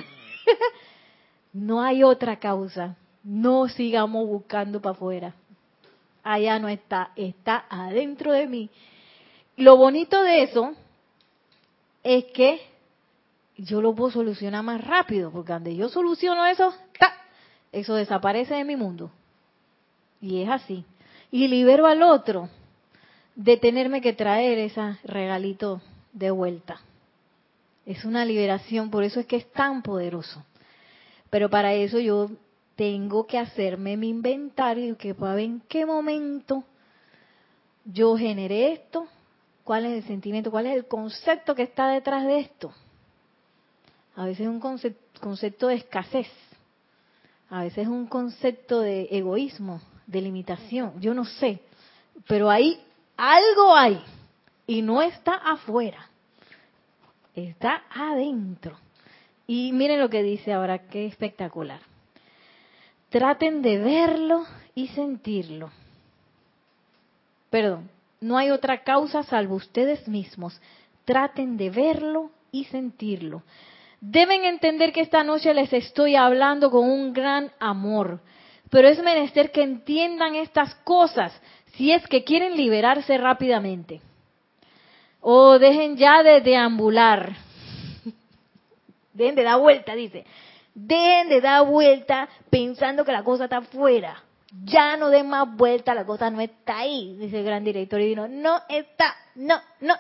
No hay otra causa. No sigamos buscando para afuera. Allá no está, está adentro de mí. Lo bonito de eso es que yo lo puedo solucionar más rápido, porque cuando yo soluciono eso, ¡ta!, eso desaparece de mi mundo. Y es así. Y libero al otro de tenerme que traer ese regalito de vuelta. Es una liberación, por eso es que es tan poderoso. Pero para eso yo tengo que hacerme mi inventario, que para ver en qué momento yo generé esto, cuál es el sentimiento, cuál es el concepto que está detrás de esto. A veces es un concepto de escasez, a veces es un concepto de egoísmo, de limitación, yo no sé, pero ahí algo hay y no está afuera, está adentro. Y miren lo que dice ahora, qué espectacular. Traten de verlo y sentirlo. Perdón, no hay otra causa salvo ustedes mismos. Traten de verlo y sentirlo. Deben entender que esta noche les estoy hablando con un gran amor, pero es menester que entiendan estas cosas si es que quieren liberarse rápidamente. O dejen ya de deambular. Dejen de dar vuelta, dice. Dejen de dar vuelta pensando que la cosa está afuera. Ya no den más vuelta, la cosa no está ahí, dice el gran director divino. No está, no.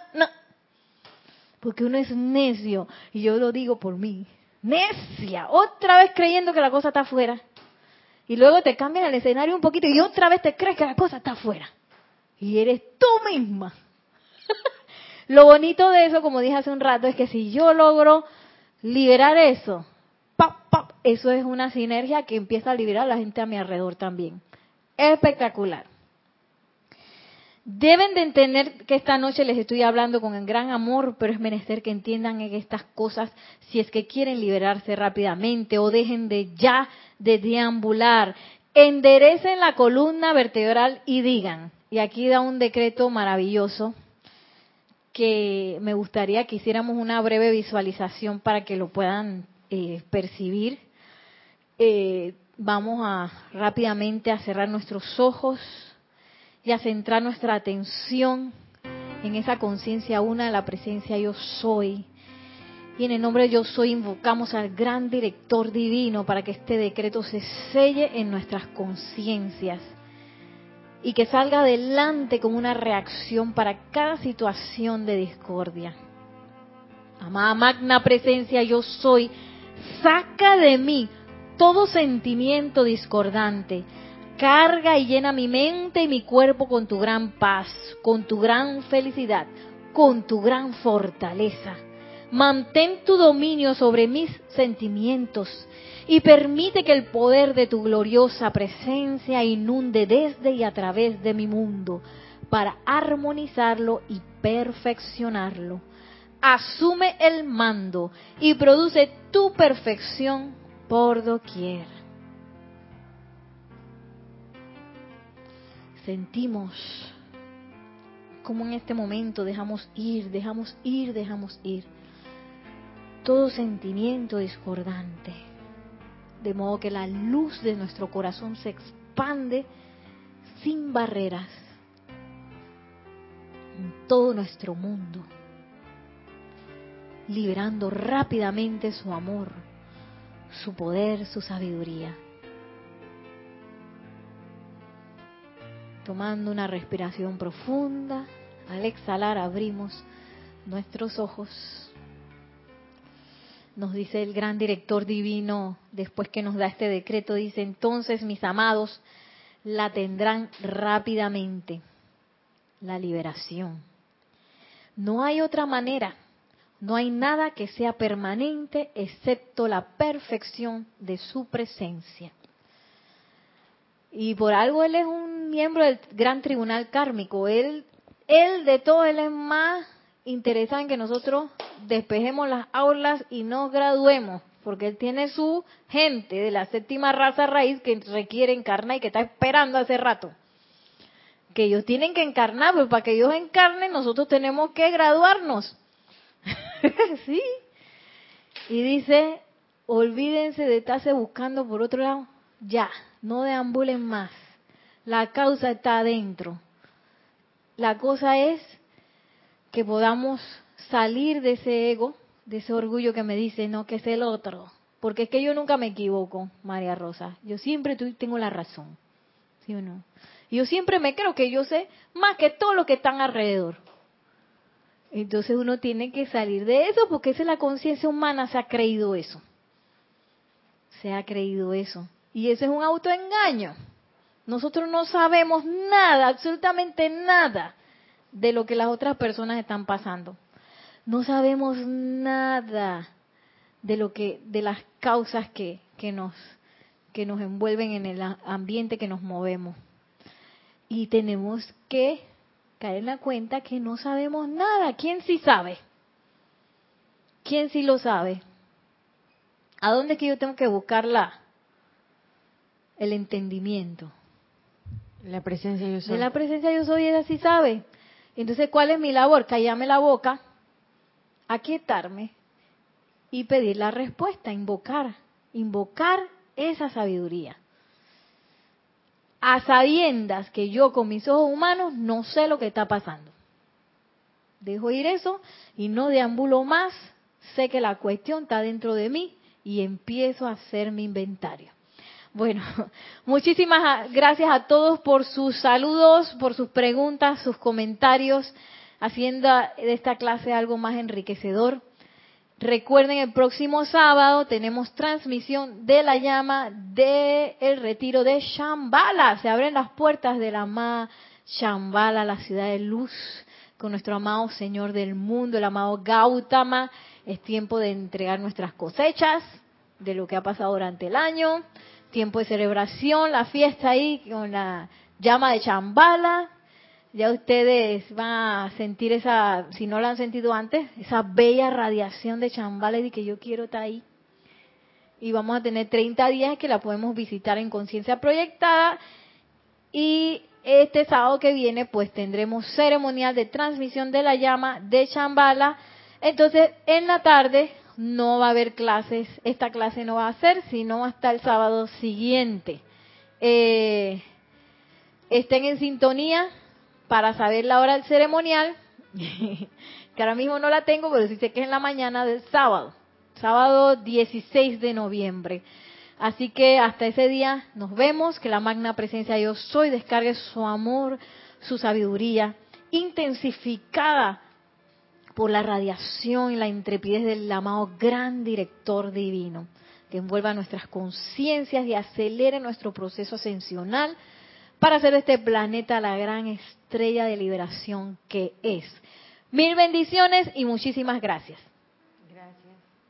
Porque uno es necio, y yo lo digo por mí. Necia, otra vez creyendo que la cosa está afuera. Y luego te cambian el escenario un poquito y otra vez te crees que la cosa está afuera. Y eres tú misma. Lo bonito de eso, como dije hace un rato, es que si yo logro liberar eso, eso es una sinergia que empieza a liberar a la gente a mi alrededor también. Espectacular. Deben de entender que esta noche les estoy hablando con el gran amor, pero es menester que entiendan estas cosas si es que quieren liberarse rápidamente o dejen de ya de deambular. Enderecen la columna vertebral y digan, y aquí da un decreto maravilloso que me gustaría que hiciéramos una breve visualización para que lo puedan percibir. Vamos a rápidamente a cerrar nuestros ojos y a centrar nuestra atención en esa conciencia una de la presencia yo soy. Y en el nombre de yo soy invocamos al gran director divino para que este decreto se selle en nuestras conciencias y que salga adelante como una reacción para cada situación de discordia. Amada magna presencia yo soy, saca de mí todo sentimiento discordante. Carga y llena mi mente y mi cuerpo con tu gran paz, con tu gran felicidad, con tu gran fortaleza. Mantén tu dominio sobre mis sentimientos y permite que el poder de tu gloriosa presencia inunde desde y a través de mi mundo para armonizarlo y perfeccionarlo. Asume el mando y produce tu perfección por doquier. Sentimos como en este momento dejamos ir todo sentimiento discordante, de modo que la luz de nuestro corazón se expande sin barreras en todo nuestro mundo, liberando rápidamente su amor, su poder, su sabiduría. Tomando una respiración profunda, al exhalar abrimos nuestros ojos. Nos dice el gran director divino, después que nos da este decreto, dice, entonces mis amados, la tendrán rápidamente, la liberación. No hay otra manera, no hay nada que sea permanente excepto la perfección de su presencia. Y por algo él es un miembro del gran tribunal kármico. Él de todo, él es más interesado en que nosotros despejemos las aulas y nos graduemos. porque él tiene su gente de la séptima raza raíz que requiere encarnar y que está esperando hace rato. Que ellos tienen que encarnar, pero para que ellos encarnen nosotros tenemos que graduarnos. Sí. Y dice, olvídense de estarse buscando por otro lado. Ya, no deambulen más. La causa está adentro. La cosa es que podamos salir de ese ego, de ese orgullo que me dice, no, que es el otro. Porque es que yo nunca me equivoco, María Rosa. Yo siempre tengo la razón. ¿Sí o no? Y yo siempre me creo que yo sé más que todos los que están alrededor. Entonces uno tiene que salir de eso porque esa es la conciencia humana, se ha creído eso. Se ha creído eso. Y ese es un autoengaño. Nosotros no sabemos nada, absolutamente nada, de lo que las otras personas están pasando. No sabemos nada de lo de las causas que nos envuelven en el ambiente que nos movemos. Y tenemos que caer en la cuenta que no sabemos nada. ¿Quién sí sabe? ¿Quién sí lo sabe? ¿A dónde es que yo tengo que buscar el entendimiento? La presencia yo soy. De la presencia yo soy, ella sí sabe. Entonces, ¿cuál es mi labor? Callarme la boca, aquietarme y pedir la respuesta, invocar esa sabiduría. A sabiendas que yo con mis ojos humanos no sé lo que está pasando. Dejo ir eso y no deambulo más, sé que la cuestión está dentro de mí y empiezo a hacer mi inventario. Bueno, muchísimas gracias a todos por sus saludos, por sus preguntas, sus comentarios, haciendo de esta clase algo más enriquecedor. Recuerden, el próximo sábado tenemos transmisión de la llama del retiro de Shambhala. Se abren las puertas de la amada Shambhala, la ciudad de luz, con nuestro amado Señor del mundo, el amado Gautama. Es tiempo de entregar nuestras cosechas de lo que ha pasado durante el año. Tiempo de celebración, la fiesta ahí con la llama de Shambhala. Ya ustedes van a sentir esa, si no la han sentido antes, esa bella radiación de Shambhala y de que yo quiero estar ahí. Y vamos a tener 30 días que la podemos visitar en conciencia proyectada. Y este sábado que viene pues tendremos ceremonial de transmisión de la llama de Shambhala. Entonces en la tarde no va a haber clases, esta clase no va a ser, sino hasta el sábado siguiente. Estén en sintonía para saber la hora del ceremonial, que ahora mismo no la tengo, pero sí sé que es en la mañana del sábado, sábado 16 de noviembre. Así que hasta ese día nos vemos, que la magna presencia yo soy descargue su amor, su sabiduría, intensificada por la radiación y la intrepidez del amado gran director divino, que envuelva nuestras conciencias y acelere nuestro proceso ascensional para hacer de este planeta la gran estrella de liberación que es. Mil bendiciones y muchísimas gracias. Gracias.